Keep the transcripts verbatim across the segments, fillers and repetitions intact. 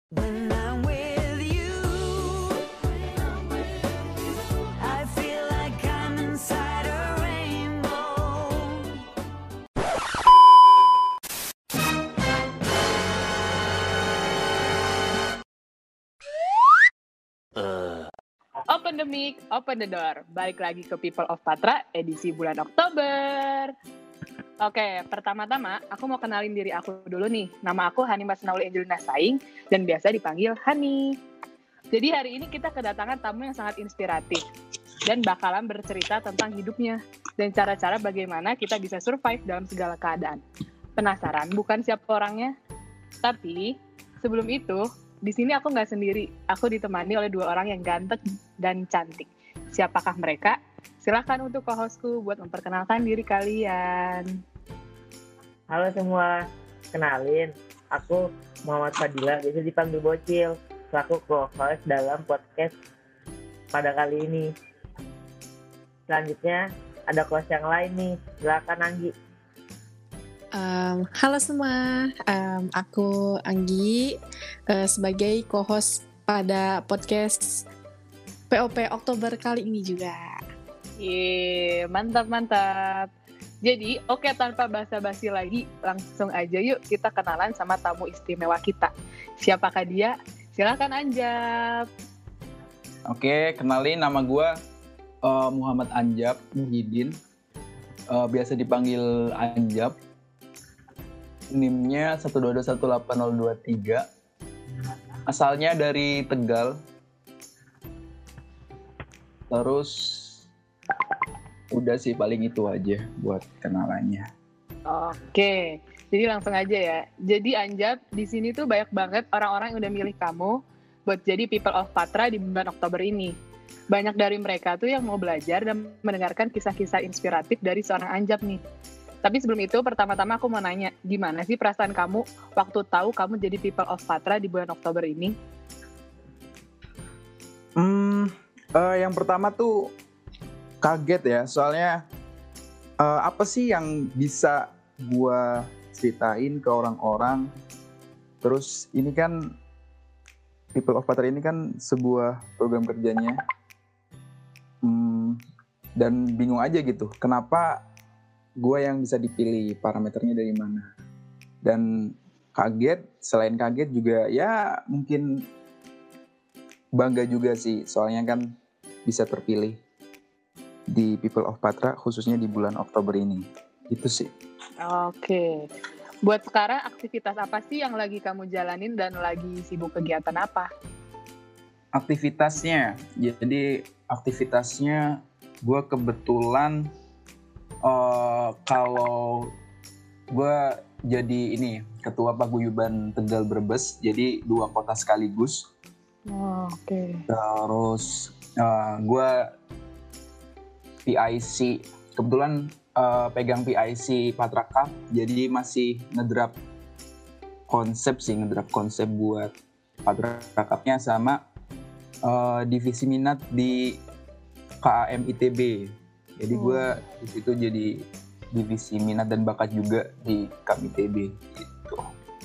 When I'm with you, I feel like I'm inside a rainbow. Open the mic, open the door. Balik lagi ke People of Patra edisi bulan Oktober. Oke, pertama-tama aku mau kenalin diri aku dulu nih. Nama aku Hani Masnauli Angelina Saing dan biasa dipanggil Hani. Jadi hari ini kita kedatangan tamu yang sangat inspiratif dan bakalan bercerita tentang hidupnya dan cara-cara bagaimana kita bisa survive dalam segala keadaan. Penasaran bukan siapa orangnya? Tapi sebelum itu, di sini aku nggak sendiri. Aku ditemani oleh dua orang yang ganteng dan cantik. Siapakah mereka? Silahkan untuk co-hostku buat memperkenalkan diri kalian. Halo semua, kenalin, aku Muhammad Fadila, biasa dipanggil Bocil, selaku co-host dalam podcast pada kali ini. Selanjutnya ada host yang lain nih, silakan Anggi. Um, halo semua, um, aku Anggi uh, sebagai co-host pada podcast P O P Oktober kali ini juga. Yeay, mantap-mantap. Jadi, oke tanpa basa-basi lagi, langsung aja yuk kita kenalan sama tamu istimewa kita. Siapakah dia? Silakan Anjab. Oke, kenalin nama gue uh, Muhammad Anjab Muhyiddin, uh, biasa dipanggil Anjab. N I M-nya satu dua dua satu delapan nol dua tiga. Asalnya dari Tegal. Terus udah sih paling itu aja buat kenalannya. Oke, jadi langsung aja ya. Jadi Anjab, di sini tuh banyak banget orang-orang yang udah milih kamu buat jadi People of Patra di bulan Oktober ini. Banyak dari mereka tuh yang mau belajar dan mendengarkan kisah-kisah inspiratif dari seorang Anjab nih. Tapi sebelum itu, pertama-tama aku mau nanya, gimana sih perasaan kamu waktu tahu kamu jadi People of Patra di bulan Oktober ini? Hmm, uh, yang pertama tuh kaget ya, soalnya uh, apa sih yang bisa gua ceritain ke orang-orang. Terus ini kan People of Patra ini kan sebuah program kerjanya, hmm, dan bingung aja gitu, kenapa gue yang bisa dipilih, parameternya dari mana. Dan kaget, selain kaget juga ya mungkin bangga juga sih, soalnya kan bisa terpilih di People of Patra khususnya di bulan Oktober ini. Itu sih. Oke, buat sekarang aktivitas apa sih yang lagi kamu jalanin dan lagi sibuk kegiatan apa? Aktivitasnya, jadi aktivitasnya gue kebetulan Uh, kalau gue jadi ini ketua paguyuban Tegal Brebes, jadi dua kota sekaligus. Oh, oke. Okay. Terus uh, gue P I C, kebetulan uh, pegang P I C Patra Cup, jadi masih ngedrap konsep sih, ngedrap konsep buat Patra Cup-nya sama uh, divisi minat di K A M I T B. Jadi gue di situ jadi divisi minat dan bakat juga di K A M I T B gitu.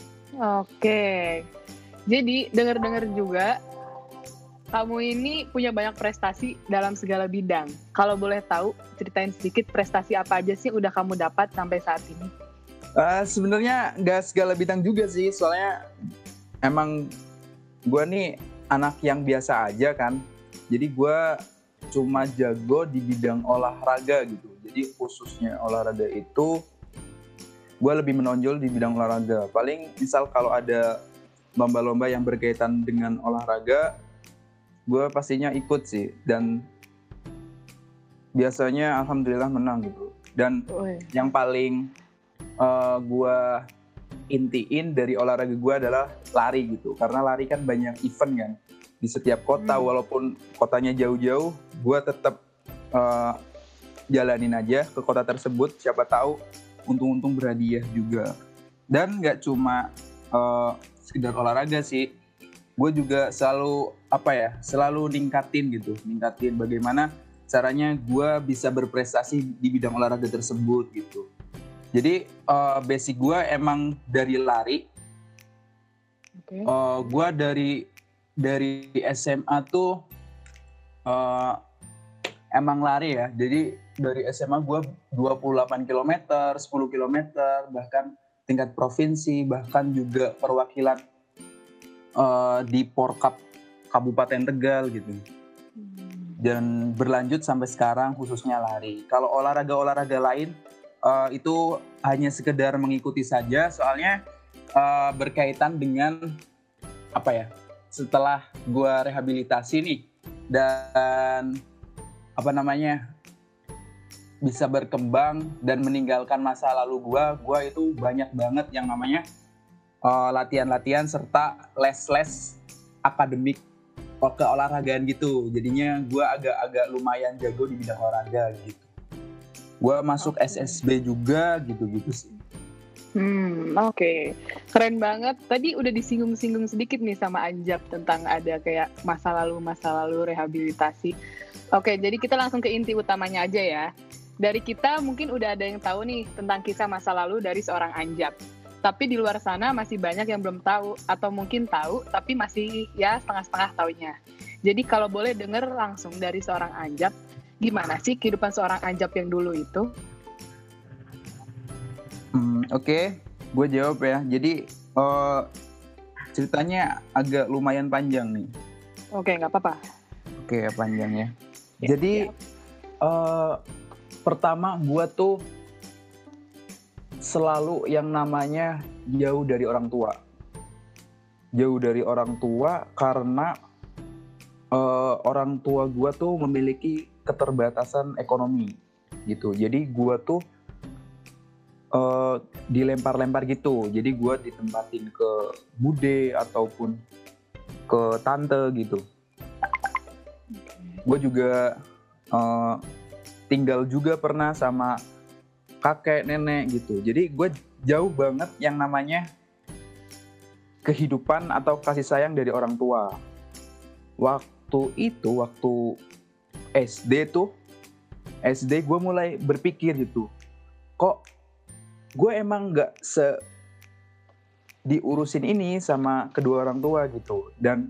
Oke. Jadi dengar-dengar juga kamu ini punya banyak prestasi dalam segala bidang. Kalau boleh tahu, ceritain sedikit prestasi apa aja sih udah kamu dapat sampai saat ini? Uh, sebenarnya nggak segala bidang juga sih, soalnya emang gue nih anak yang biasa aja kan. Jadi gue cuma jago di bidang olahraga gitu. Jadi khususnya olahraga itu gue lebih menonjol di bidang olahraga. Paling misal kalau ada lomba-lomba yang berkaitan dengan olahraga, gue pastinya ikut sih. Dan biasanya alhamdulillah menang gitu. Dan Ui. yang paling uh, gue intiin dari olahraga gue adalah lari gitu. Karena lari kan banyak event kan. Di setiap kota, hmm. walaupun kotanya jauh-jauh, gue tetap uh, jalanin aja ke kota tersebut. Siapa tahu untung-untung berhadiah juga. Dan nggak cuma uh, sekedar olahraga sih, gue juga selalu apa ya, selalu ningkatin gitu, ningkatin bagaimana caranya gue bisa berprestasi di bidang olahraga tersebut gitu. Jadi uh, basic gue emang dari lari. Oke. Uh, gue dari dari S M A tuh uh, emang lari ya. Jadi dari S M A gue dua puluh delapan kilometer, sepuluh kilometer, bahkan tingkat provinsi, bahkan juga perwakilan uh, di Porkap Kabupaten Tegal gitu. Dan berlanjut sampai sekarang khususnya lari. Kalau olahraga-olahraga lain uh, itu hanya sekedar mengikuti saja, soalnya uh, berkaitan dengan apa ya? Setelah gue rehabilitasi nih dan apa namanya bisa berkembang dan meninggalkan masa lalu gue, gue itu banyak banget yang namanya uh, latihan-latihan serta les-les akademik keolahragaan gitu. Jadinya gue agak-agak lumayan jago di bidang olahraga gitu. Gue masuk Oke. S S B juga gitu-gitu sih. Hmm, oke. Keren banget. Tadi udah disinggung-singgung sedikit nih sama Anjab tentang ada kayak masa lalu-masa lalu rehabilitasi. Oke, jadi kita langsung ke inti utamanya aja ya. Dari kita mungkin udah ada yang tahu nih tentang kisah masa lalu dari seorang Anjab. Tapi di luar sana masih banyak yang belum tahu atau mungkin tahu tapi masih ya setengah-setengah taunya. Jadi kalau boleh denger langsung dari seorang Anjab, gimana sih kehidupan seorang Anjab yang dulu itu? Hmm, Oke, gue jawab ya. Jadi eh, ceritanya agak lumayan panjang nih. Oke, nggak apa-apa. Oke, panjang ya. Ya, Jadi eh, pertama gue tuh selalu yang namanya jauh dari orang tua. Jauh dari orang tua karena eh, orang tua gue tuh memiliki keterbatasan ekonomi gitu. Jadi gue tuh eh, dilempar-lempar gitu. Jadi gue ditempatin ke bude ataupun ke tante gitu. Gue juga eh, tinggal juga pernah sama kakek nenek gitu. Jadi gue jauh banget yang namanya kehidupan atau kasih sayang dari orang tua. Waktu itu, waktu S D tuh, S D gue mulai berpikir gitu, kok gue emang nggak se diurusin ini sama kedua orang tua gitu. Dan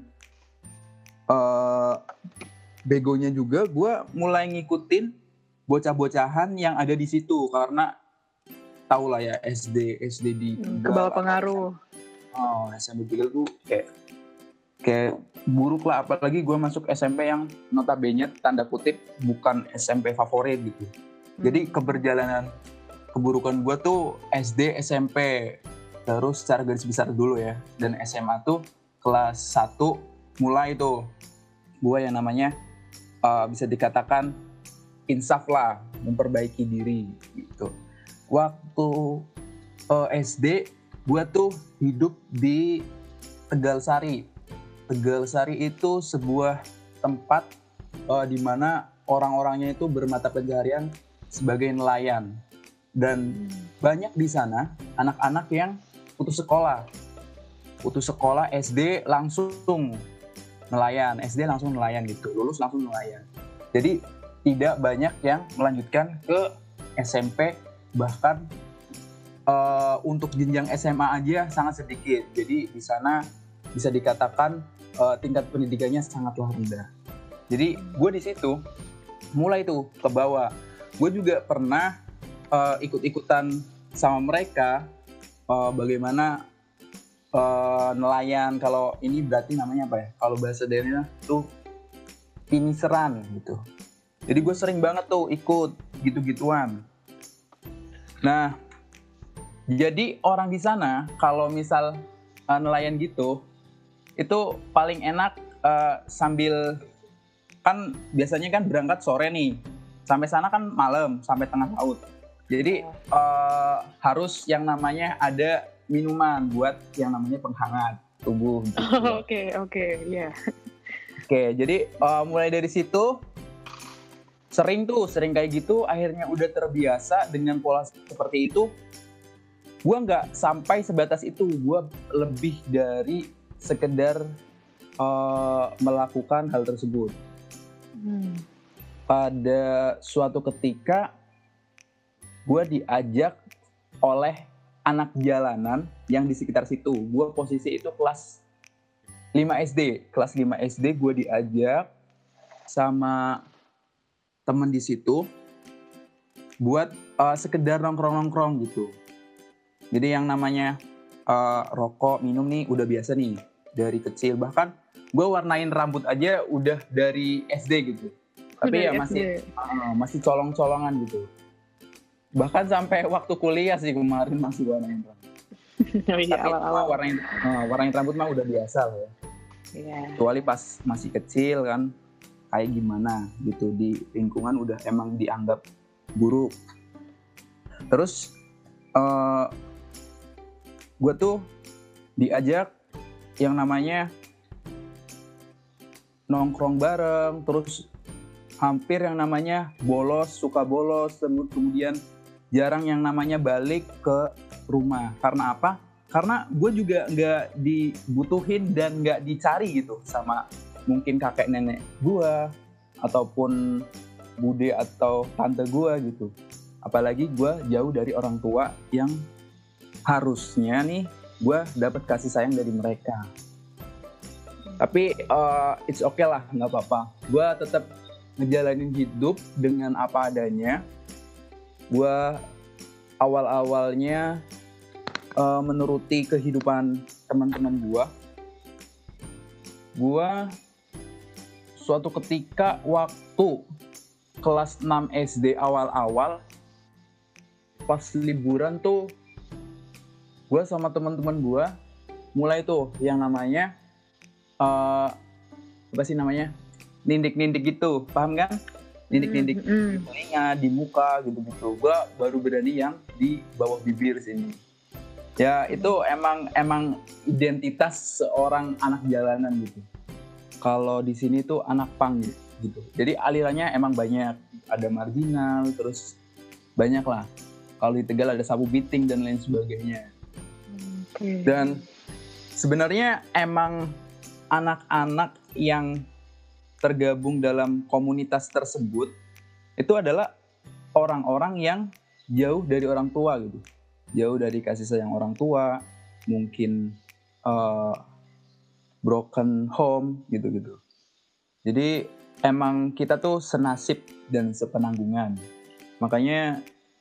uh, begonya juga gue mulai ngikutin bocah-bocahan yang ada di situ karena tau lah ya S D S D di Hmm, kebawa pengaruh. oh S M P tiga tuh kayak kayak buruk lah, apalagi gue masuk S M P yang notabene tanda kutip bukan S M P favorit gitu. Jadi keberjalanan keburukan gue tuh S D S M P terus secara garis besar dulu ya, dan S M A tuh kelas satu mulai tuh gue yang namanya uh, bisa dikatakan insaf lah, memperbaiki diri gitu. Waktu uh, S D gue tuh hidup di Tegalsari. Tegalsari itu sebuah tempat uh, di mana orang-orangnya itu bermata pencaharian sebagai nelayan, dan banyak di sana anak-anak yang putus sekolah. Putus sekolah S D langsung nelayan, S D langsung nelayan gitu, lulus langsung nelayan. Jadi tidak banyak yang melanjutkan ke S M P, bahkan uh, untuk jenjang S M A aja sangat sedikit. Jadi di sana bisa dikatakan uh, tingkat pendidikannya sangatlah rendah. Jadi gue di situ mulai tuh ke bawah. Gue juga pernah uh, ikut-ikutan sama mereka uh, bagaimana uh, nelayan. Kalau ini berarti namanya apa ya? Kalau bahasa daerahnya tuh piniseran gitu. Jadi gue sering banget tuh ikut gitu-gituan. Nah, jadi orang di sana kalau misal uh, nelayan gitu, itu paling enak uh, sambil, kan biasanya kan berangkat sore nih, sampai sana kan malam, sampai tengah laut. Jadi uh, harus yang namanya ada minuman buat yang namanya penghangat tubuh. Gitu. Oke, oke, ya. Oke, jadi uh, mulai dari situ sering tuh, sering kayak gitu, akhirnya udah terbiasa dengan pola seperti itu. Gue nggak sampai sebatas itu, gue lebih dari sekedar uh, melakukan hal tersebut. Hmm. Pada suatu ketika, gue diajak oleh anak jalanan yang di sekitar situ. Gue posisi itu kelas lima S D, kelas lima S D gue diajak sama temen di situ buat uh, sekedar nongkrong-nongkrong gitu. Jadi yang namanya uh, rokok, minum nih udah biasa nih dari kecil. Bahkan gue warnain rambut aja udah dari S D gitu. Tapi Dari ya S D. masih uh, masih colong-colongan gitu. Bahkan sampai waktu kuliah sih kemarin masih warnain rambut. Oh iya, Tapi awal-awal. warnain, uh, warnain rambut mah udah biasa loh ya. Iya. Kecuali pas masih kecil kan kayak gimana gitu, di lingkungan udah emang dianggap buruk. Terus uh, gue tuh diajak yang namanya nongkrong bareng, terus hampir yang namanya bolos, suka bolos, kemudian jarang yang namanya balik ke rumah. Karena apa? Karena gue juga nggak dibutuhin dan nggak dicari gitu sama mungkin kakek nenek gue ataupun bude atau tante gue gitu. Apalagi gue jauh dari orang tua yang harusnya nih gue dapat kasih sayang dari mereka. Tapi uh, it's okay lah, nggak apa-apa. Gue tetap ngejalanin hidup dengan apa adanya. Gue awal-awalnya uh, menuruti kehidupan teman-teman gue. Gue suatu ketika waktu kelas enam S D awal-awal, pas liburan tuh, gue sama teman-teman gue mulai tuh yang namanya uh, apa sih namanya, nindik-nindik gitu, paham kan? Nindik-nindik Mm, mm. di telinga, di muka gitu-gitu. Gue baru berani yang di bawah bibir sini. Ya itu emang emang identitas seorang anak jalanan gitu. Kalau di sini tuh anak punk gitu. Jadi alirannya emang banyak, ada marginal, terus banyak lah. Kalau di Tegal ada sapu biting dan lain sebagainya. Oke. Dan sebenarnya emang anak-anak yang tergabung dalam komunitas tersebut itu adalah orang-orang yang jauh dari orang tua gitu. Jauh dari kasih sayang orang tua, mungkin uh, broken home gitu-gitu. Jadi emang kita tuh senasib dan sepenanggungan. Makanya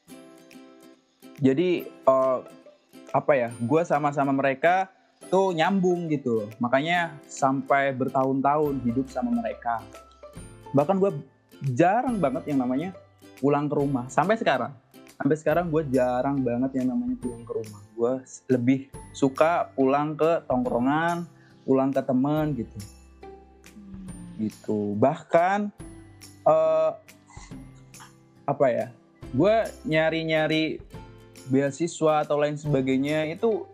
jadi uh, apa ya, gue sama-sama mereka tuh nyambung gitu. Makanya sampai bertahun-tahun hidup sama mereka. Bahkan gue jarang banget yang namanya pulang ke rumah. Sampai sekarang. Sampai sekarang gue jarang banget yang namanya pulang ke rumah. Gue lebih suka pulang ke tongkrongan, pulang ke teman gitu. Gitu. Bahkan uh, apa ya? Gue nyari-nyari beasiswa atau lain sebagainya itu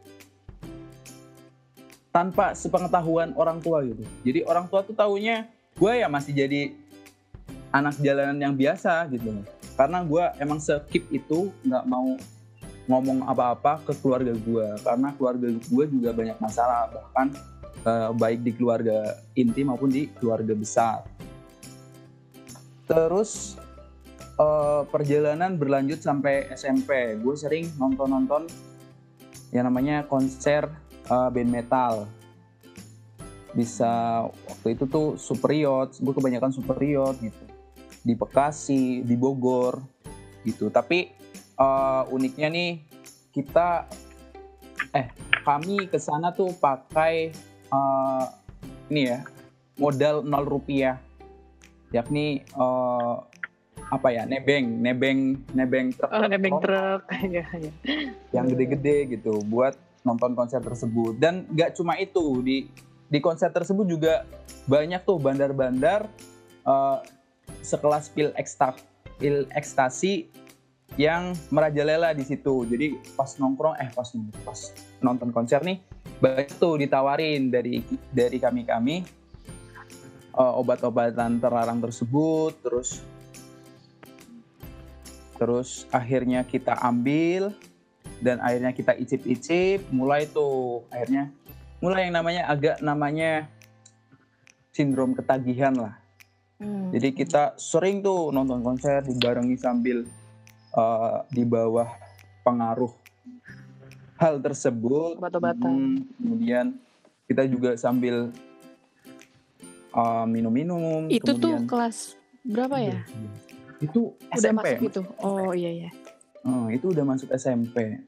tanpa sepengetahuan orang tua gitu. Jadi orang tua tuh taunya gue ya masih jadi anak jalanan yang biasa gitu. Karena gue emang skip itu, nggak mau ngomong apa-apa ke keluarga gue. Karena keluarga gue juga banyak masalah, bahkan eh, baik di keluarga inti maupun di keluarga besar. Terus eh, perjalanan berlanjut sampai S M P. Gue sering nonton-nonton yang namanya konser uh, band metal. Bisa waktu itu tuh Superiot, gue kebanyakan Superiot gitu. Di Bekasi, di Bogor gitu. Tapi uh, uniknya nih kita eh kami kesana tuh pakai uh, ini ya, modal nol rupiah, yakni uh, apa ya, nebeng, nebeng, nebeng truk, Oh, nebeng truk. Iya, iya. yang gede-gede gitu buat nonton konser tersebut. Dan nggak cuma itu, di di konser tersebut juga banyak tuh bandar-bandar uh, sekelas pil eksta, pil ekstasi yang merajalela di situ. Jadi pas nongkrong, eh pas pas nonton konser nih banyak tuh ditawarin dari dari kami-kami uh, obat-obatan terlarang tersebut. Terus terus akhirnya kita ambil dan akhirnya kita icip-icip. Mulai tuh akhirnya mulai yang namanya agak namanya sindrom ketagihan lah. Hmm. Jadi kita sering tuh nonton konser dibarengi sambil uh, di bawah pengaruh hal tersebut. Obat-obatan. Hmm, kemudian kita juga sambil uh, minum-minum. Itu tuh kemudian kelas berapa ya? itu Udah S M P. masuk itu. Oh iya iya. Oh, itu udah masuk S M P.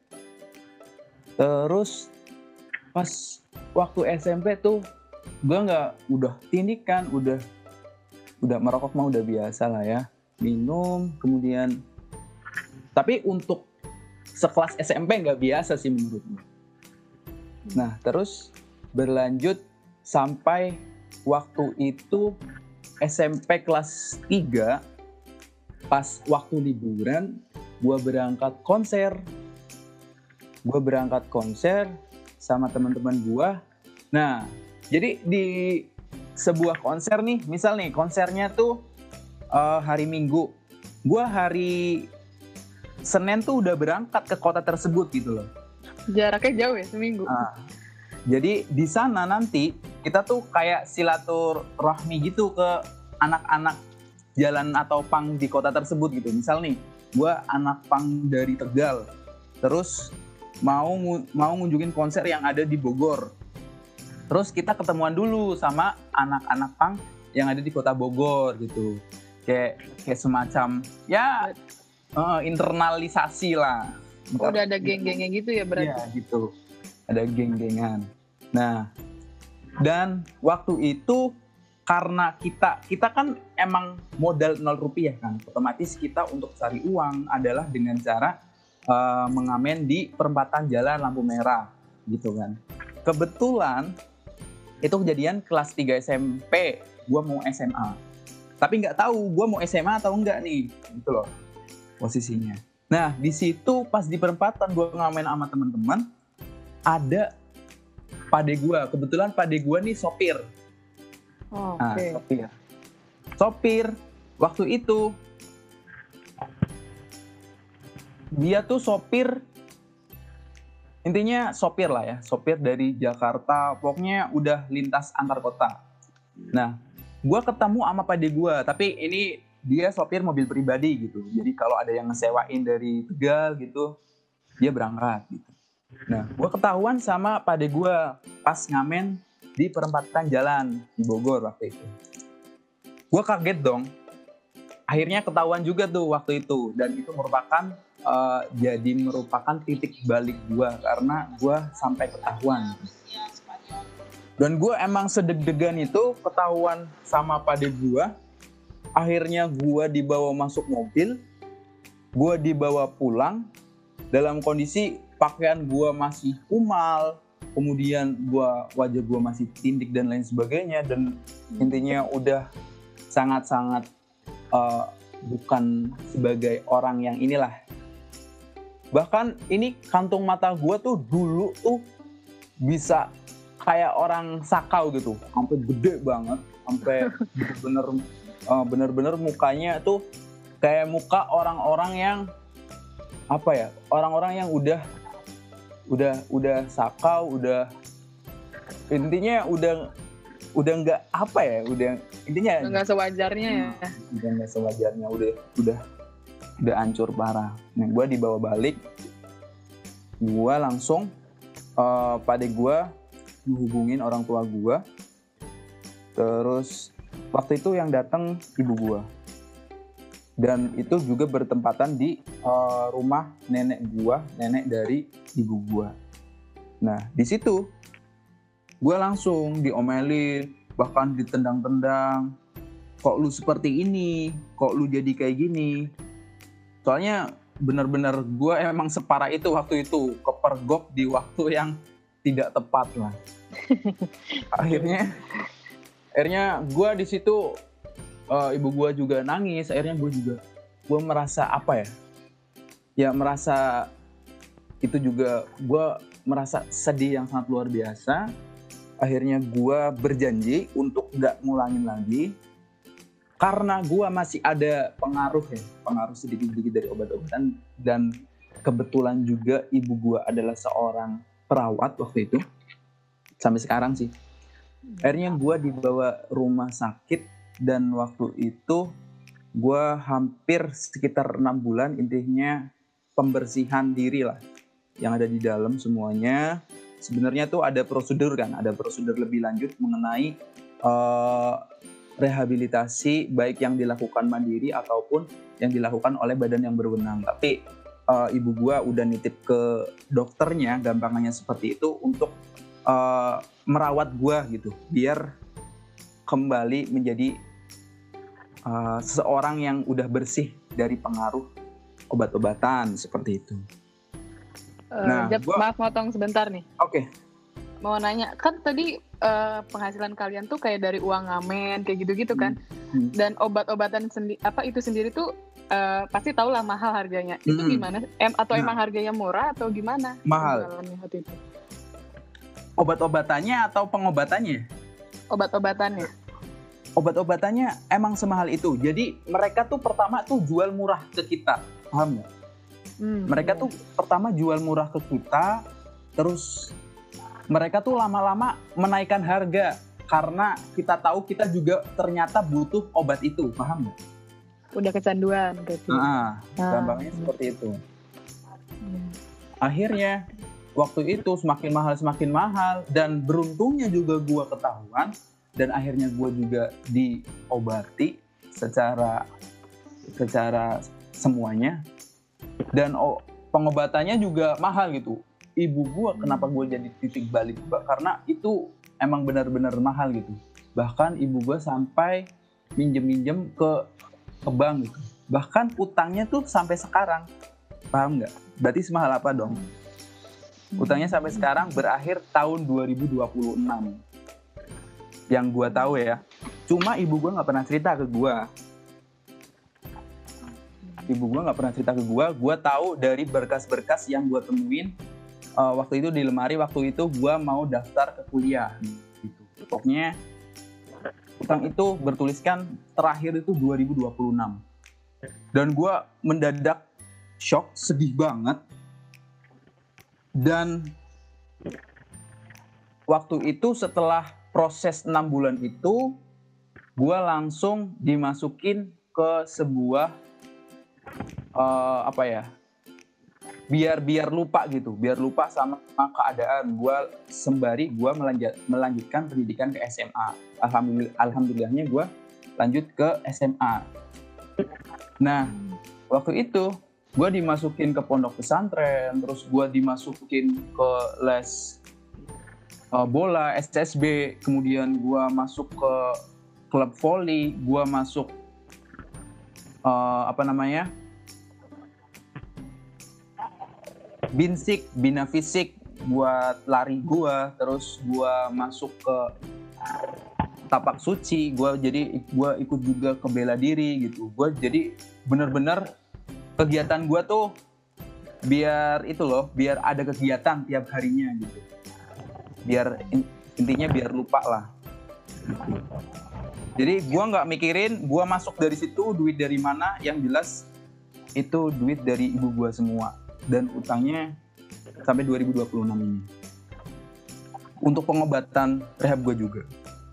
Terus pas waktu S M P tuh gue nggak udah tindikan, udah udah merokok mah udah biasa lah ya, minum kemudian. Tapi untuk sekelas S M P nggak biasa sih menurut gue. Nah terus berlanjut sampai waktu itu S M P kelas tiga, pas waktu liburan gue berangkat konser. Gue berangkat konser sama teman-teman gue. Nah, jadi di sebuah konser nih, misal nih konsernya tuh uh, hari Minggu. Gue hari Senin tuh udah berangkat ke kota tersebut gitu loh. Jaraknya jauh ya, seminggu. Nah, jadi di sana nanti kita tuh kayak silaturahmi gitu ke anak-anak jalan atau pang di kota tersebut gitu. Misal nih, gue anak pang dari Tegal, terus mau mau ngunjungin konser yang ada di Bogor. Terus kita ketemuan dulu sama anak-anak pang yang ada di kota Bogor gitu. Kayak kayak semacam ya uh, internalisasi lah. Oh, udah ada geng-gengnya gitu ya berarti. Iya gitu. Ada geng-gengan. Nah, dan waktu itu karena kita kita kan emang modal nol rupiah kan, otomatis kita untuk cari uang adalah dengan cara uh, mengamen di perempatan jalan lampu merah gitu kan. Kebetulan itu kejadian kelas tiga S M P, gue mau S M A. Tapi nggak tahu gue mau S M A atau enggak nih, gitu loh posisinya. Nah di situ pas di perempatan gue ngamen sama teman-teman, ada pade gue. Kebetulan pade gue nih sopir. Oh, Nah, oke. sopir. Sopir waktu itu dia tuh sopir, intinya sopir lah ya, sopir dari Jakarta, pokoknya udah lintas antar kota. Nah, gue ketemu sama pade gue, tapi ini dia sopir mobil pribadi gitu. Jadi kalau ada yang ngesewain dari Tegal gitu, dia berangkat gitu. Nah, gue ketahuan sama pade gue pas ngamen di perempatan jalan di Bogor waktu itu. Gue kaget dong. Akhirnya ketahuan juga tuh waktu itu, dan itu merupakan uh, jadi merupakan titik balik gue karena gue sampai ketahuan. Dan gue emang sedeg-degan itu ketahuan sama pade gue. Akhirnya gue dibawa masuk mobil, gue dibawa pulang dalam kondisi pakaian gue masih kumal, kemudian gua wajah gue masih tindik dan lain sebagainya, dan intinya udah sangat-sangat uh, bukan sebagai orang yang inilah. Bahkan ini kantung mata gue tuh dulu tuh bisa kayak orang sakau gitu, sampai gede banget, sampai bener-bener uh, bener-bener mukanya tuh kayak muka orang-orang yang apa ya, orang-orang yang udah udah udah sakau, udah intinya udah udah nggak apa ya, udah intinya Nggak sewajarnya ya. udah nggak sewajarnya, udah udah udah hancur parah. Nah, gue dibawa balik, gue langsung uh, pade gue menghubungin orang tua gue, terus waktu itu yang datang ibu gue, dan itu juga bertempatan di uh, rumah nenek gue, nenek dari ibu gue. Nah di situ gue langsung diomelin, bahkan ditendang-tendang. Kok lu seperti ini? Kok lu jadi kayak gini? Soalnya benar-benar gue emang separah itu waktu itu, kepergok di waktu yang tidak tepat lah. akhirnya, akhirnya gue di situ uh, ibu gue juga nangis. Akhirnya gue juga, gue merasa apa ya? Ya merasa itu juga, gue merasa sedih yang sangat luar biasa. Akhirnya gue berjanji untuk nggak ngulangin lagi, karena gue masih ada pengaruh ya, pengaruh sedikit-sedikit dari obat-obatan, dan kebetulan juga ibu gue adalah seorang perawat waktu itu, sampai sekarang sih. Akhirnya gue dibawa rumah sakit, dan waktu itu gue hampir sekitar enam bulan, intinya pembersihan diri lah, yang ada di dalam semuanya. Sebenarnya tuh ada prosedur kan, ada prosedur lebih lanjut mengenai eh, rehabilitasi baik yang dilakukan mandiri ataupun yang dilakukan oleh badan yang berwenang. Tapi eh, ibu gua udah nitip ke dokternya, gampangannya seperti itu, untuk eh, merawat gua gitu, biar kembali menjadi eh, seseorang yang udah bersih dari pengaruh obat-obatan seperti itu. Eh, Nah, Jap, gua- maaf motong sebentar nih. Oke. Mau nanya, kan tadi eh, penghasilan kalian tuh kayak dari uang ngamen kayak gitu-gitu kan? Hmm. Dan obat-obatan sendi apa itu sendiri tuh eh, pasti tahu lah mahal harganya. Itu Hmm. gimana? Em atau Nah. emang harganya murah atau gimana? Mahal. Penjualannya waktu itu? Obat-obatannya atau pengobatannya? Obat-obatannya. Obat-obatannya emang semahal itu. Jadi mereka tuh pertama tuh jual murah ke kita, paham nggak? Hmm, Mereka iya. tuh pertama jual murah ke kita, terus mereka tuh lama-lama menaikkan harga karena kita tahu kita juga ternyata butuh obat itu, paham nggak? Udah kecanduan berarti. Nah, Ah. gampangnya seperti itu. Hmm. Akhirnya waktu itu semakin mahal semakin mahal, dan beruntungnya juga gua ketahuan, dan akhirnya gua juga diobati secara secara semuanya, dan oh, pengobatannya juga mahal gitu. Ibu gua kenapa gua jadi titik balik gua, karena itu emang benar-benar mahal gitu. Bahkan ibu gua sampai minjem-minjem ke ke bank gitu. Bahkan utangnya tuh sampai sekarang, paham nggak? Berarti semahal apa dong? Utangnya sampai sekarang berakhir tahun dua ribu dua puluh enam. Yang gua tahu ya. Cuma ibu gua nggak pernah cerita ke gua. Ibu gua nggak pernah cerita ke gua. Gua tahu dari berkas-berkas yang gua temuin uh, waktu itu di lemari. Waktu itu gua mau daftar ke kuliah. Gitu. Pokoknya utang itu bertuliskan terakhir itu dua ribu dua puluh enam. Dan gua mendadak shock, sedih banget. Dan waktu itu setelah proses enam bulan itu, gue langsung dimasukin ke sebuah uh, apa ya, biar biar lupa gitu, biar lupa sama keadaan. Gue sembari gue melanjut, melanjutkan pendidikan ke S M A. Alhamdulillah, alhamdulillahnya gue lanjut ke S M A. Nah, waktu itu gue dimasukin ke pondok pesantren, terus gue dimasukin ke les uh, bola S S B, kemudian gue masuk ke klub voli, gue masuk uh, apa namanya binsik, bina fisik buat lari gue, terus gue masuk ke tapak suci, gue jadi gue ikut juga ke bela diri gitu. Gue jadi bener-bener kegiatan gue tuh biar itu loh, biar ada kegiatan tiap harinya gitu. Biar intinya biar lupa lah. Gitu. Jadi gue nggak mikirin gue masuk dari situ duit dari mana, yang jelas itu duit dari ibu gue semua, dan utangnya sampai dua ribu dua puluh enam ini. Untuk pengobatan rehab gue juga.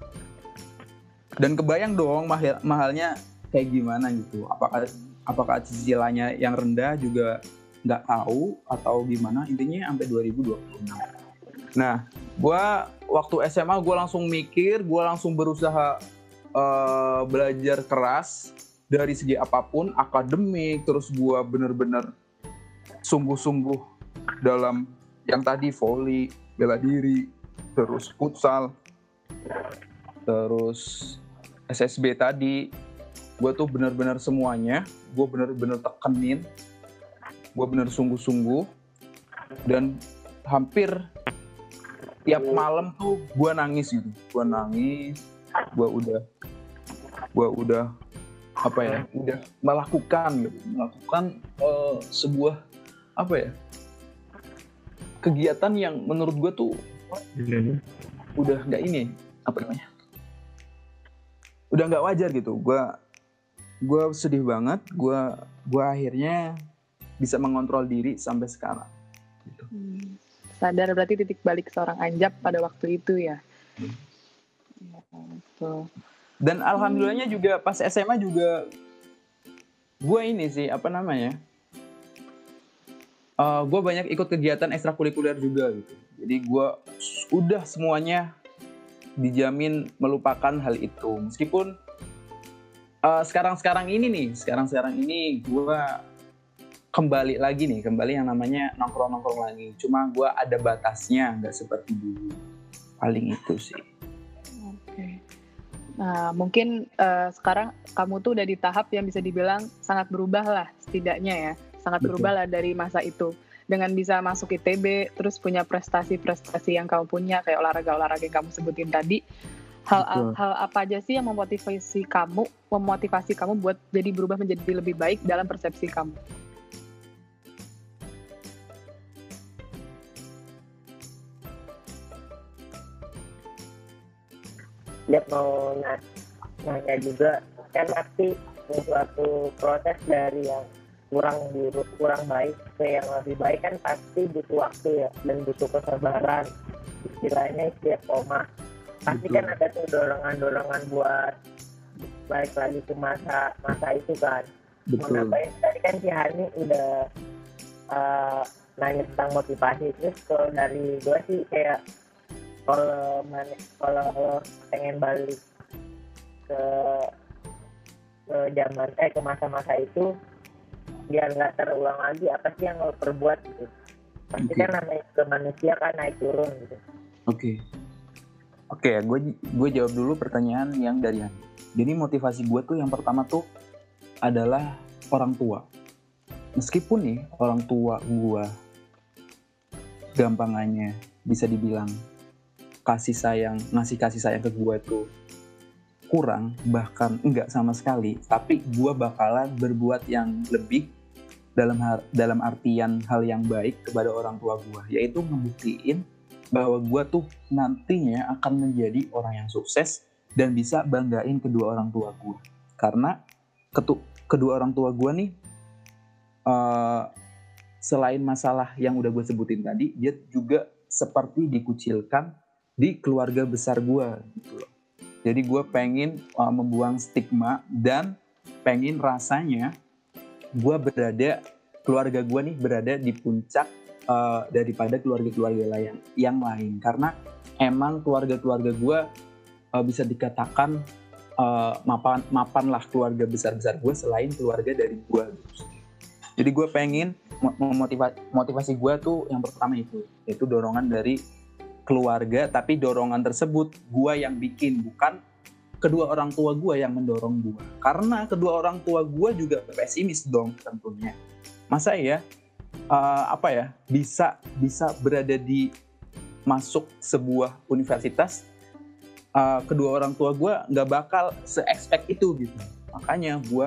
Dan kebayang dong mahal, mahalnya kayak gimana gitu. Apakah apakah cicilannya yang rendah juga nggak tahu atau gimana, intinya sampai dua ribu dua puluh enam. Nah, gue waktu S M A gue langsung mikir, gue langsung berusaha uh, belajar keras dari segi apapun, akademik, terus gue bener-bener sungguh-sungguh dalam yang tadi voli, bela diri, terus futsal, terus S S B tadi. Gue tuh bener-bener semuanya, gue bener-bener tekenin, gue bener sungguh-sungguh, dan hampir tiap malam tuh gue nangis gitu, gue nangis, gue udah, gue udah apa ya, udah melakukan gitu, melakukan uh, sebuah apa ya, kegiatan yang menurut gue tuh udah nggak ini, apa namanya, udah nggak wajar gitu. Gue gue sedih banget, gue gue akhirnya bisa mengontrol diri sampai sekarang gitu. Hmm. Sadar berarti titik balik seorang Anjap pada waktu itu ya. Hmm. Tuh. Dan alhamdulillahnya juga pas S M A juga gue ini sih apa namanya, uh, gue banyak ikut kegiatan ekstrakurikuler juga gitu. Jadi gue udah semuanya dijamin melupakan hal itu. Meskipun uh, sekarang-sekarang ini nih, sekarang-sekarang ini gue kembali lagi nih, kembali yang namanya nongkrong-nongkrong lagi. Cuma gue ada batasnya, nggak seperti dulu. Paling itu sih. Oke. Nah, mungkin eh, sekarang kamu tuh udah di tahap yang bisa dibilang sangat berubah lah, setidaknya ya. Sangat Betul. berubah lah dari masa itu. Dengan bisa masuk I T B, terus punya prestasi-prestasi yang kamu punya, kayak olahraga-olahraga yang kamu sebutin tadi. Hal, Betul. hal apa aja sih yang memotivasi kamu, memotivasi kamu buat jadi berubah menjadi lebih baik dalam persepsi kamu? Dia mau na- nanya juga, kan pasti suatu proses dari yang kurang buruk, kurang baik ke yang lebih baik kan pasti butuh waktu ya, dan butuh kesabaran. Istilahnya setiap koma. Pasti Betul. kan ada tuh dorongan-dorongan buat balik lagi ke masa masa itu kan. Mau Betul. nambahin, tadi kan si Hani udah uh, nanya tentang motivasi. Terus kalau dari gue sih kayak kalau man- kalau lo pengen balik ke ke zaman eh ke masa-masa itu biar nggak terulang lagi, apa sih yang lo perbuat gitu. Pasti Oke. kan namanya ke manusia kan naik turun gitu. Oke. Oke, gue gue jawab dulu pertanyaan yang dari Hani. Jadi motivasi gue tuh yang pertama tuh adalah orang tua. Meskipun nih orang tua gue gampangannya bisa dibilang kasih sayang, ngasih kasih sayang ke gue tuh kurang, bahkan enggak sama sekali, tapi gue bakalan berbuat yang lebih dalam har- dalam artian hal yang baik kepada orang tua gue, yaitu ngebuktiin bahwa gue tuh nantinya akan menjadi orang yang sukses dan bisa banggain kedua orang tua gue. Karena ketu- kedua orang tua gue nih uh, selain masalah yang udah gue sebutin tadi, dia juga seperti dikucilkan di keluarga besar gue gitu loh. Jadi gue pengen uh, membuang stigma dan pengen rasanya gue berada, keluarga gue nih berada di puncak uh, daripada keluarga-keluarga lain yang lain. Karena emang keluarga-keluarga gue uh, bisa dikatakan uh, mapan mapan lah keluarga besar-besar gue selain keluarga dari gue. Jadi gue pengen memotivasi motivasi gue tuh yang pertama itu, yaitu dorongan dari keluarga, tapi dorongan tersebut gue yang bikin, bukan kedua orang tua gue yang mendorong gue. Karena kedua orang tua gue juga pesimis dong tentunya. Masa ya uh, apa ya bisa bisa berada di masuk sebuah universitas, uh, kedua orang tua gue nggak bakal se-expect itu gitu. Makanya gue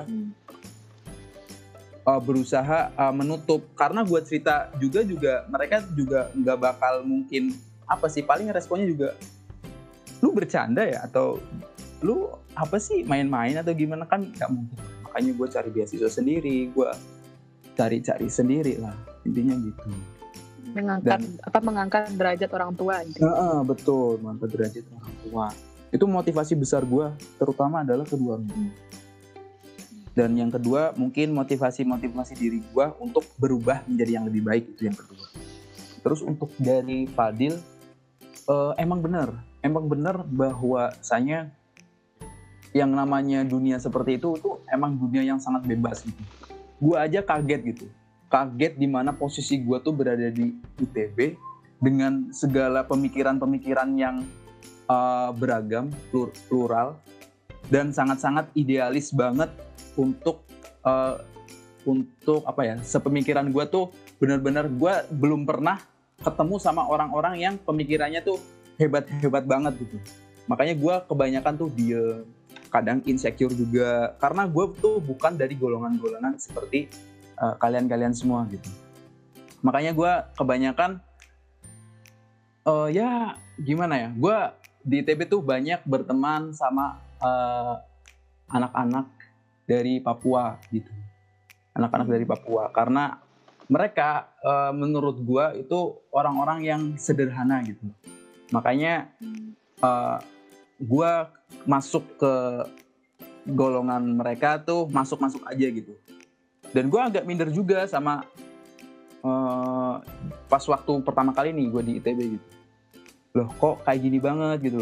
uh, berusaha uh, menutup, karena gue cerita juga juga mereka juga nggak bakal mungkin apa sih, paling responnya juga lu bercanda ya, atau lu apa sih main-main atau gimana, kan nggak mungkin. Makanya gue cari beasiswa sendiri, gue cari-cari sendiri lah, intinya gitu. Mengangkat Dan- apa mengangkat derajat orang tua gitu. Heeh, betul, mantap derajat orang tua. Itu motivasi besar gue, terutama adalah kedua orang tua. Dan yang kedua mungkin motivasi-motivasi diri gue untuk berubah menjadi yang lebih baik, itu yang kedua. Terus untuk dari Fadil, uh, emang benar, emang benar bahwasanya yang namanya dunia seperti itu tuh emang dunia yang sangat bebas gitu. Gue aja kaget gitu, kaget di mana posisi gue tuh berada di I T B dengan segala pemikiran-pemikiran yang uh, beragam, plur- plural, dan sangat-sangat idealis banget untuk uh, untuk apa ya, sepemikiran gue tuh benar-benar gue belum pernah ketemu sama orang-orang yang pemikirannya tuh hebat-hebat banget gitu. Makanya gue kebanyakan tuh diem, kadang insecure juga, karena gue tuh bukan dari golongan-golongan seperti uh, kalian-kalian semua gitu. Makanya gue kebanyakan uh, ya gimana ya, gue di I T B tuh banyak berteman sama uh, anak-anak dari Papua gitu, anak-anak dari Papua, karena mereka uh, menurut gue itu orang-orang yang sederhana gitu. Makanya uh, gue masuk ke golongan mereka tuh masuk-masuk aja gitu. Dan gue agak minder juga sama uh, pas waktu pertama kali nih gue di I T B gitu. Loh kok kayak gini banget gitu loh.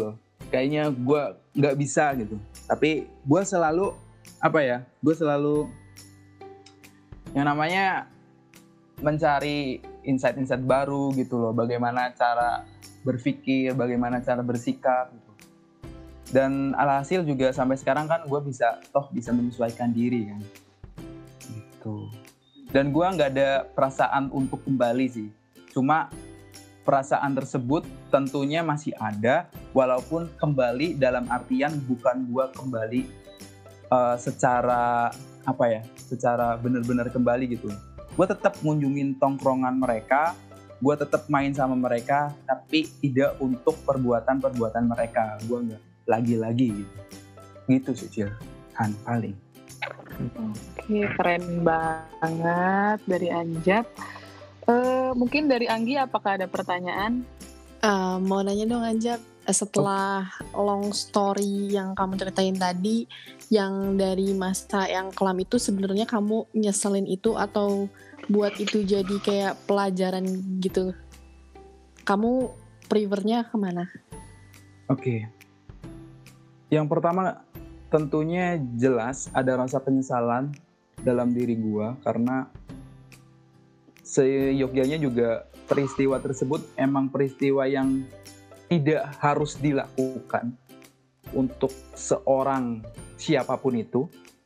kayaknya gue nggak bisa gitu. Tapi gue selalu apa ya? Gue selalu yang namanya mencari insight-insight baru gitu loh. Bagaimana cara berpikir, bagaimana cara bersikap gitu. Dan alhasil juga sampai sekarang kan gue bisa toh bisa menyesuaikan diri kan. Gitu. Dan gue nggak ada perasaan untuk kembali sih. Cuma perasaan tersebut tentunya masih ada, walaupun kembali dalam artian bukan gue kembali uh, secara apa ya, secara benar-benar kembali gitu. Gue tetap ngunjungin tongkrongan mereka, gue tetap main sama mereka, tapi tidak untuk perbuatan-perbuatan mereka. Gue nggak lagi-lagi gitu. Gitu sih Cil, kan paling. Oke, keren banget dari Anjat. Uh, mungkin dari Anggi, apakah ada pertanyaan? Uh, mau nanya dong Anjat, setelah long story yang kamu ceritain tadi, yang dari masa yang kelam itu sebenarnya kamu nyeselin itu atau buat itu jadi kayak pelajaran gitu? Kamu prefernya kemana? Oke. Yang pertama tentunya jelas ada rasa penyesalan dalam diri gua karena seyogyanya juga peristiwa tersebut emang peristiwa yang tidak harus dilakukan untuk seorang siapapun itu.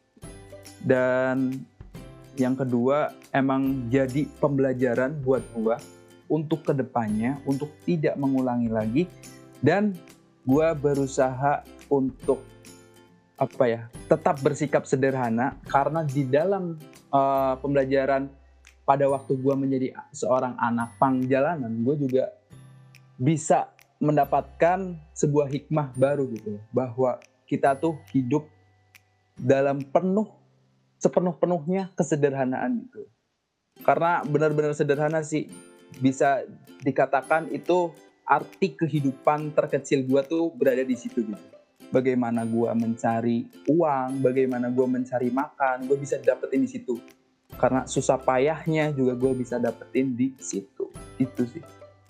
Dan yang kedua emang jadi pembelajaran buat gua untuk kedepannya, untuk tidak mengulangi lagi. Dan gua berusaha untuk apa ya, tetap bersikap sederhana karena di dalam uh, pembelajaran pada waktu gue menjadi seorang anak pang jalanan, gue juga bisa mendapatkan sebuah hikmah baru gitu, bahwa kita tuh hidup dalam penuh sepenuh-penuhnya kesederhanaan gitu. Karena benar-benar sederhana sih, bisa dikatakan itu arti kehidupan terkecil gue tuh berada di situ gitu. Bagaimana gue mencari uang, bagaimana gue mencari makan, gue bisa dapetin di situ. Karena susah payahnya juga gue bisa dapetin di situ. Itu sih.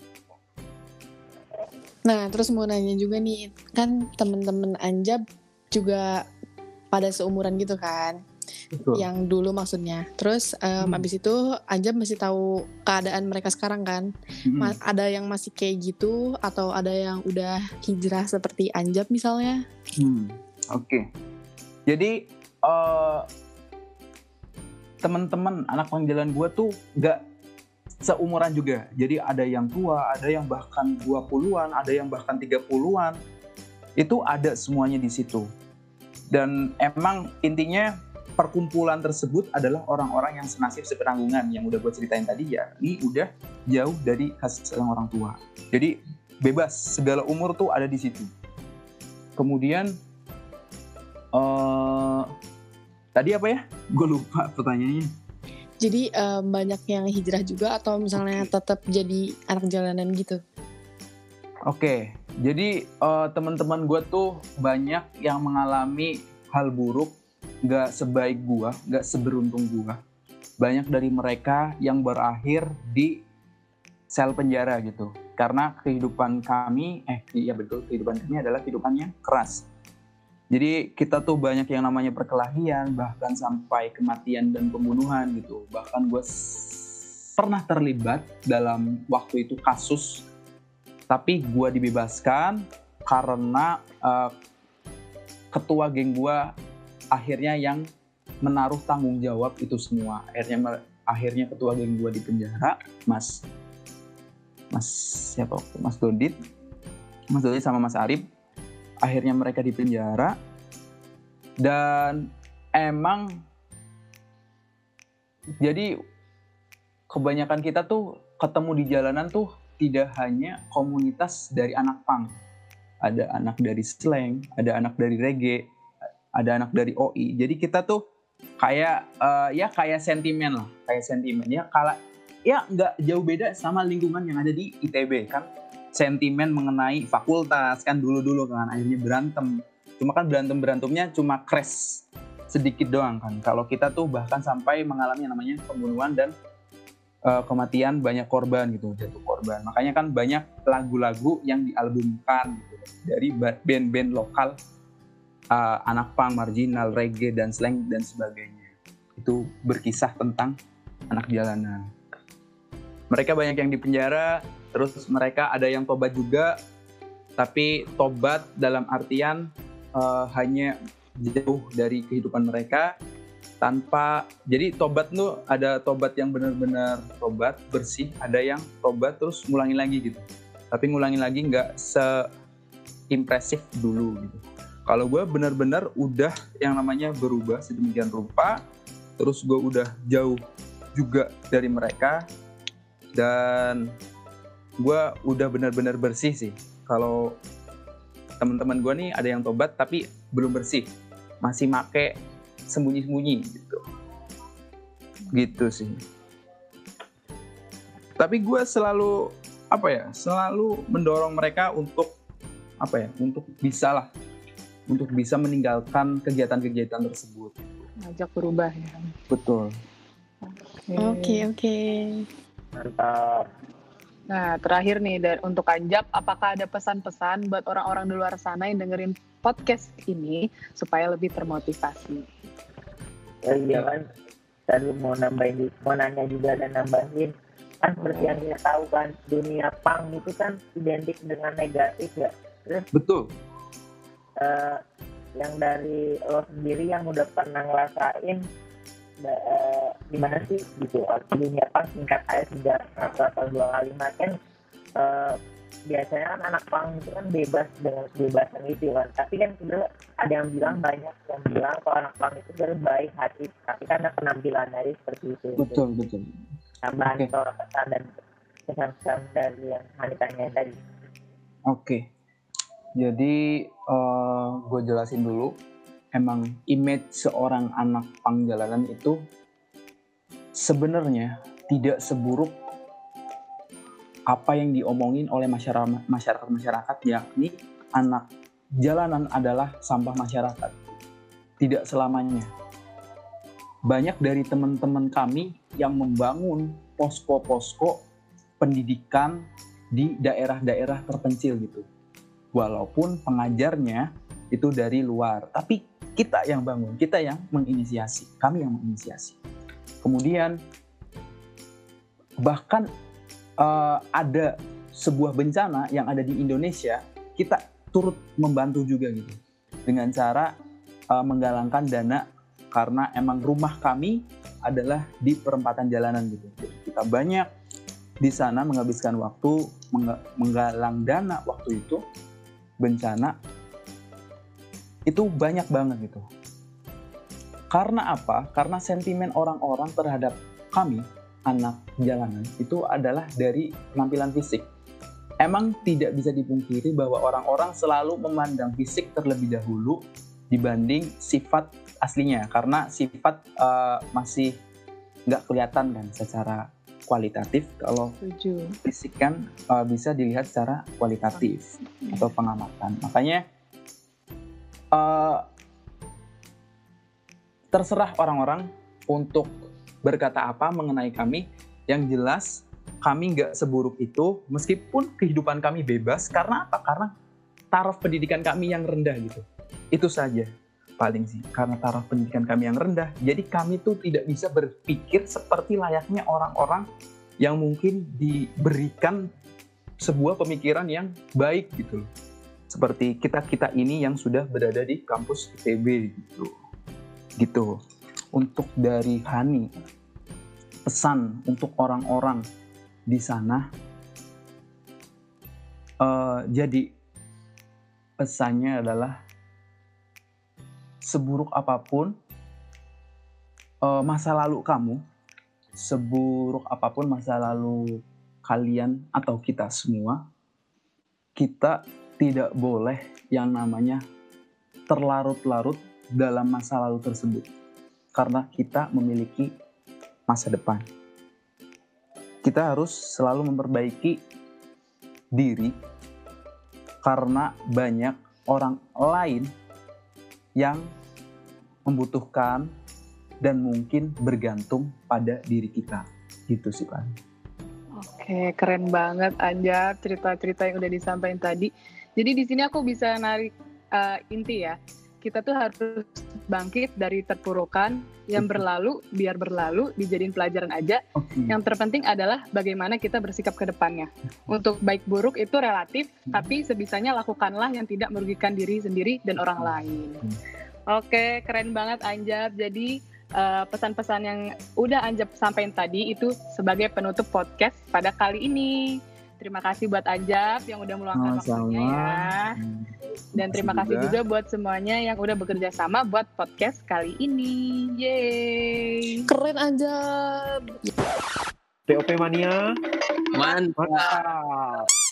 Nah, terus mau nanya juga nih, kan temen-temen Anjab juga pada seumuran gitu kan? Betul. Yang dulu maksudnya. Terus um, hmm. abis itu Anjab masih tahu keadaan mereka sekarang kan? Hmm. Ma- ada yang masih kayak gitu atau ada yang udah hijrah seperti Anjab misalnya? Hmm. Oke. Okay. Jadi uh, teman-teman anak panggilan gue tuh gak seumuran juga. Jadi ada yang tua, ada yang bahkan dua puluhan, ada yang bahkan tiga puluhan. Itu ada semuanya di situ. Dan emang intinya perkumpulan tersebut adalah orang-orang yang senasib sepenanggungan yang udah gue ceritain tadi ya. Ini udah jauh dari kasih sayang orang tua. Jadi bebas, segala umur tuh ada di situ. Kemudian uh, tadi apa ya? Gue lupa pertanyaannya. Jadi uh, banyak yang hijrah juga atau misalnya okay. tetap jadi anak jalanan gitu? Oke, okay. Jadi uh, teman-teman gue tuh banyak yang mengalami hal buruk, gak sebaik gue, gak seberuntung gue. Banyak dari mereka yang berakhir di sel penjara gitu. Karena kehidupan kami, eh iya betul, kehidupan kami adalah kehidupan yang keras. Jadi kita tuh banyak yang namanya perkelahian, bahkan sampai kematian dan pembunuhan gitu. Bahkan gue s- pernah terlibat dalam waktu itu kasus, tapi gue dibebaskan karena uh, ketua geng gue akhirnya yang menaruh tanggung jawab itu semua. Akhirnya akhirnya ketua geng gue di penjara, Mas Mas siapa? Mas Dodit, Mas Dodit sama Mas Arif. Akhirnya mereka di penjara. Dan emang jadi kebanyakan kita tuh ketemu di jalanan tuh tidak hanya komunitas dari anak punk. Ada anak dari slang, ada anak dari reggae, ada anak dari O I. Jadi kita tuh kayak uh, ya kayak sentimen lah, kayak sentimen ya kala ya nggak jauh beda sama lingkungan yang ada di I T B kan. Sentimen mengenai fakultas kan dulu-dulu kan akhirnya berantem. Cuma kan berantem-berantemnya cuma crash sedikit doang kan. Kalau kita tuh bahkan sampai mengalami yang namanya pembunuhan dan uh, kematian banyak korban gitu, jatuh korban. Makanya kan banyak lagu-lagu yang dialbumkan gitu, dari band-band lokal, uh, anak punk, marginal, reggae, dan slang, dan sebagainya. Itu berkisah tentang anak jalanan. Mereka banyak yang dipenjara, terus mereka ada yang tobat juga, tapi tobat dalam artian uh, hanya jauh dari kehidupan mereka, tanpa, jadi tobat tuh ada tobat yang benar-benar tobat bersih, ada yang tobat terus ngulangin lagi gitu, tapi ngulangin lagi nggak se-impresif dulu gitu. Kalau gue benar-benar udah yang namanya berubah sedemikian rupa, terus gue udah jauh juga dari mereka, dan gue udah benar-benar bersih sih. Kalau teman-teman gue nih ada yang tobat tapi belum bersih, masih make sembunyi-sembunyi gitu, gitu sih. Tapi gue selalu apa ya, selalu mendorong mereka untuk apa ya, untuk bisa lah, untuk bisa meninggalkan kegiatan-kegiatan tersebut. Ngajak berubah ya. Betul. Oke, oke. Mantap. Nah, terakhir nih dan untuk Anjap, apakah ada pesan-pesan buat orang-orang di luar sana yang dengerin podcast ini supaya lebih termotivasi? Ya iya kan, tadi mau nambahin, mau nanya juga dan nambahin, kan seperti yang kita tahu kan, dunia punk itu kan identik dengan negatif ya. Terus Betul. eh, yang dari lo sendiri yang udah pernah ngerasain eh, gimana sih gitu dunia punk, singkat aja tiga atau dua kalimat kan, eh, biasanya kan anak punk itu kan bebas dengan kebebasan itu kan, tapi kan sebenarnya ada yang bilang, banyak yang bilang kalau anak punk itu sebenarnya baik hati, tapi karena penampilan dari seperti itu. Betul, betul. Tambahan Oke. soal pesan dan pesan-pesan dari yang Hani tanya tadi. Oke. Jadi uh, gue jelasin dulu. Emang image seorang anak punk jalanan itu sebenarnya tidak seburuk apa yang diomongin oleh masyarakat masyarakat masyarakat, yakni anak jalanan adalah sampah masyarakat. Tidak selamanya. Banyak dari teman-teman kami yang membangun posko-posko pendidikan di daerah-daerah terpencil gitu. Walaupun pengajarnya itu dari luar, tapi kita yang bangun, kita yang menginisiasi, kami yang menginisiasi. Kemudian bahkan uh, ada sebuah bencana yang ada di Indonesia, kita turut membantu juga gitu, dengan cara uh, menggalangkan dana, karena emang rumah kami adalah di perempatan jalanan gitu. Jadi kita banyak di sana menghabiskan waktu mengg- menggalang dana waktu itu bencana. Itu banyak banget gitu. Karena apa? Karena sentimen orang-orang terhadap kami, anak jalanan, itu adalah dari penampilan fisik. Emang tidak bisa dipungkiri bahwa orang-orang selalu memandang fisik terlebih dahulu dibanding sifat aslinya. Karena sifat uh, masih nggak kelihatan kan secara kualitatif. Kalau Setuju. fisik kan uh, bisa dilihat secara kualitatif atau pengamatan. Makanya Uh, terserah orang-orang untuk berkata apa mengenai kami. Yang jelas kami nggak seburuk itu, meskipun kehidupan kami bebas. Karena apa? Karena taraf pendidikan kami yang rendah gitu. Itu saja paling sih, karena taraf pendidikan kami yang rendah. Jadi kami tuh tidak bisa berpikir seperti layaknya orang-orang yang mungkin diberikan sebuah pemikiran yang baik gitu loh. Seperti kita-kita ini yang sudah berada di kampus I T B gitu. Gitu. Untuk dari Hani, pesan untuk orang-orang di sana, uh, jadi pesannya adalah seburuk apapun uh, masa lalu kamu, seburuk apapun masa lalu kalian atau kita semua, kita tidak boleh yang namanya terlarut-larut dalam masa lalu tersebut. Karena kita memiliki masa depan. Kita harus selalu memperbaiki diri karena banyak orang lain yang membutuhkan dan mungkin bergantung pada diri kita. Gitu sih kan. Oke, keren banget Anjab cerita-cerita yang udah disampaikan tadi. Jadi di sini aku bisa narik uh, inti ya. Kita tuh harus bangkit dari terpurukan yang berlalu, biar berlalu, dijadiin pelajaran aja. Oke. Yang terpenting adalah bagaimana kita bersikap ke depannya. Untuk baik buruk itu relatif, tapi sebisanya lakukanlah yang tidak merugikan diri sendiri dan orang lain. Oke, keren banget Anjab. Jadi uh, pesan-pesan yang udah Anjab sampaikan tadi itu sebagai penutup podcast pada kali ini. Terima kasih buat Anjab yang udah meluangkan waktunya ya. Dan terima kasih juga buat semuanya yang udah bekerja sama buat podcast kali ini. Yeay. Keren aja. P O P Mania. Mantap. Mantap.